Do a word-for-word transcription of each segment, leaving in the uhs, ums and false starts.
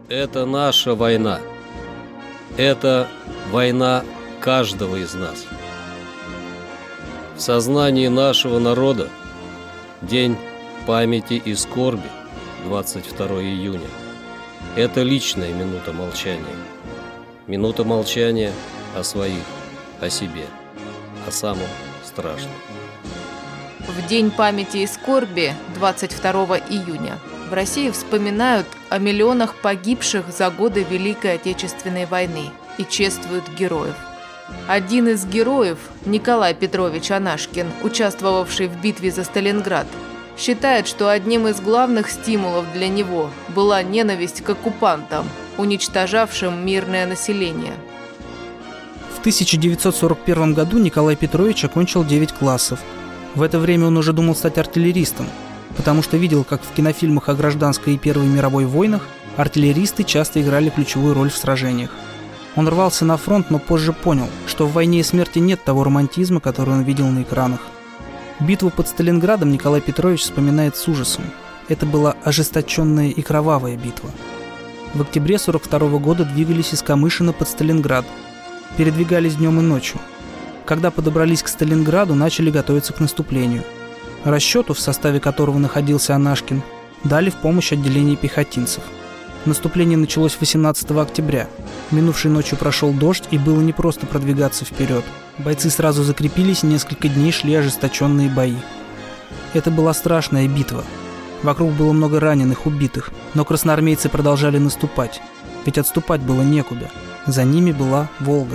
Это наша война. Это война каждого из нас. В сознании нашего народа День памяти и скорби, двадцать второго июня, это личная минута молчания. Минута молчания о своих, о себе, о самом страшном. В День памяти и скорби, двадцать второго июня, в России вспоминают о миллионах погибших за годы Великой Отечественной войны и чествуют героев. Один из героев, Николай Петрович Анашкин, участвовавший в битве за Сталинград, считает, что одним из главных стимулов для него была ненависть к оккупантам, уничтожавшим мирное население. В тысяча девятьсот сорок первом году Николай Петрович окончил девять классов. В это время он уже думал стать артиллеристом, потому что видел, как в кинофильмах о гражданской и Первой мировой войнах артиллеристы часто играли ключевую роль в сражениях. Он рвался на фронт, но позже понял, что в «Войне и смерти» нет того романтизма, который он видел на экранах. Битву под Сталинградом Николай Петрович вспоминает с ужасом. Это была ожесточенная и кровавая битва. В октябре сорок второго года двигались из Камышина под Сталинград. Передвигались днем и ночью. Когда подобрались к Сталинграду, начали готовиться к наступлению. Расчету, в составе которого находился Анашкин, дали в помощь отделение пехотинцев. Наступление началось восемнадцатого октября. Минувшей ночью прошел дождь, и было непросто продвигаться вперед. Бойцы сразу закрепились, и несколько дней шли ожесточенные бои. Это была страшная битва. Вокруг было много раненых, убитых, но красноармейцы продолжали наступать, ведь отступать было некуда. За ними была Волга.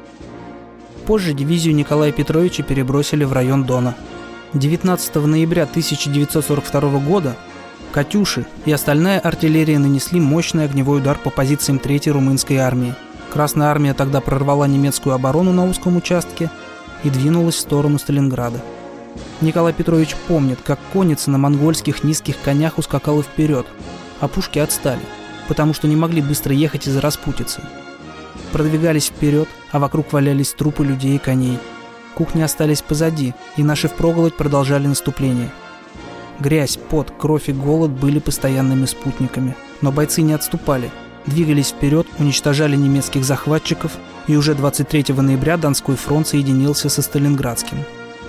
Позже дивизию Николая Петровича перебросили в район Дона. девятнадцатого ноября тысяча девятьсот сорок второго года «Катюши» и остальная артиллерия нанесли мощный огневой удар по позициям третьей румынской армии. Красная армия тогда прорвала немецкую оборону на узком участке и двинулась в сторону Сталинграда. Николай Петрович помнит, как конница на монгольских низких конях ускакала вперед, а пушки отстали, потому что не могли быстро ехать из-за распутицы. Продвигались вперед, а вокруг валялись трупы людей и коней. Кухни остались позади, и наши впроголодь продолжали наступление. Грязь, пот, кровь и голод были постоянными спутниками. Но бойцы не отступали, двигались вперед, уничтожали немецких захватчиков, и уже двадцать третьего ноября Донской фронт соединился со Сталинградским.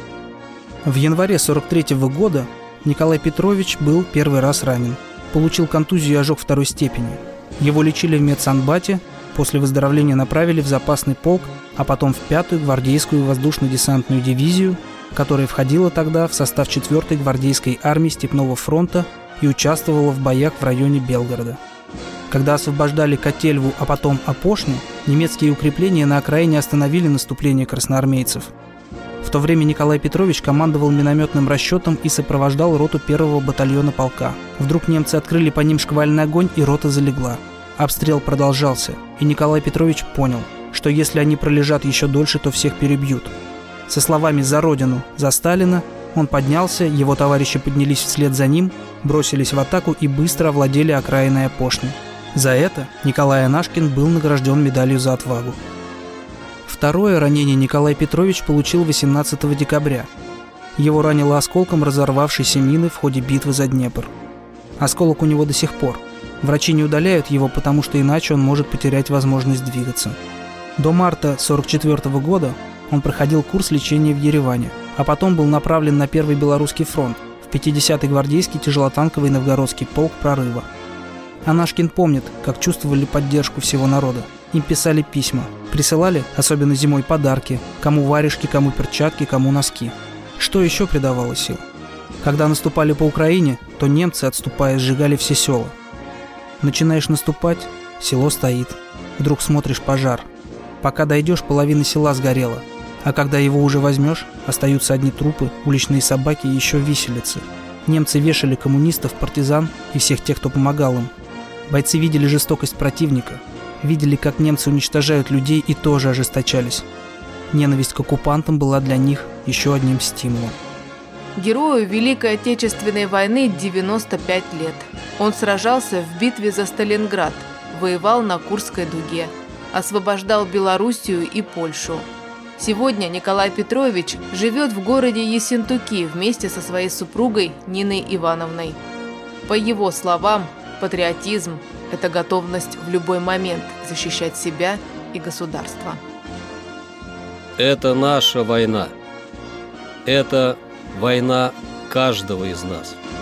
В январе сорок третьего года Николай Петрович был первый раз ранен. Получил контузию и ожог второй степени. Его лечили в медсанбате, после выздоровления направили в запасный полк, а потом в пятую гвардейскую воздушно-десантную дивизию, которая входила тогда в состав четвёртой гвардейской армии Степного фронта и участвовала в боях в районе Белгорода. Когда освобождали Котельву, а потом Опошню, немецкие укрепления на окраине остановили наступление красноармейцев. В то время Николай Петрович командовал минометным расчетом и сопровождал роту первого батальона полка. Вдруг немцы открыли по ним шквальный огонь, и рота залегла. Обстрел продолжался, и Николай Петрович понял, что если они пролежат еще дольше, то всех перебьют. Со словами «За Родину! За Сталина!» он поднялся, его товарищи поднялись вслед за ним, бросились в атаку и быстро овладели окраиной Опошни. За это Николай Анашкин был награжден медалью за отвагу. Второе ранение Николай Петрович получил восемнадцатого декабря. Его ранило осколком разорвавшейся мины в ходе битвы за Днепр. Осколок у него до сих пор. Врачи не удаляют его, потому что иначе он может потерять возможность двигаться. До марта сорок четвёртого года он проходил курс лечения в Ереване, а потом был направлен на Первый Белорусский фронт, в пятидесятый гвардейский тяжелотанковый новгородский полк «Прорыва». Анашкин помнит, как чувствовали поддержку всего народа. Им писали письма, присылали, особенно зимой, подарки, кому варежки, кому перчатки, кому носки. Что еще придавало сил? Когда наступали по Украине, то немцы, отступая, сжигали все села. Начинаешь наступать, село стоит. Вдруг смотришь — пожар. Пока дойдешь, половина села сгорела. А когда его уже возьмешь, остаются одни трупы, уличные собаки и еще виселицы. Немцы вешали коммунистов, партизан и всех тех, кто помогал им. Бойцы видели жестокость противника, видели, как немцы уничтожают людей, и тоже ожесточались. Ненависть к оккупантам была для них еще одним стимулом. Герою Великой Отечественной войны девяносто пять лет. Он сражался в битве за Сталинград, воевал на Курской дуге, освобождал Белоруссию и Польшу. Сегодня Николай Петрович живет в городе Ессентуки вместе со своей супругой Ниной Ивановной. По его словам, Патриотизм – это готовность в любой момент защищать себя и государство. Это наша война. Это война каждого из нас.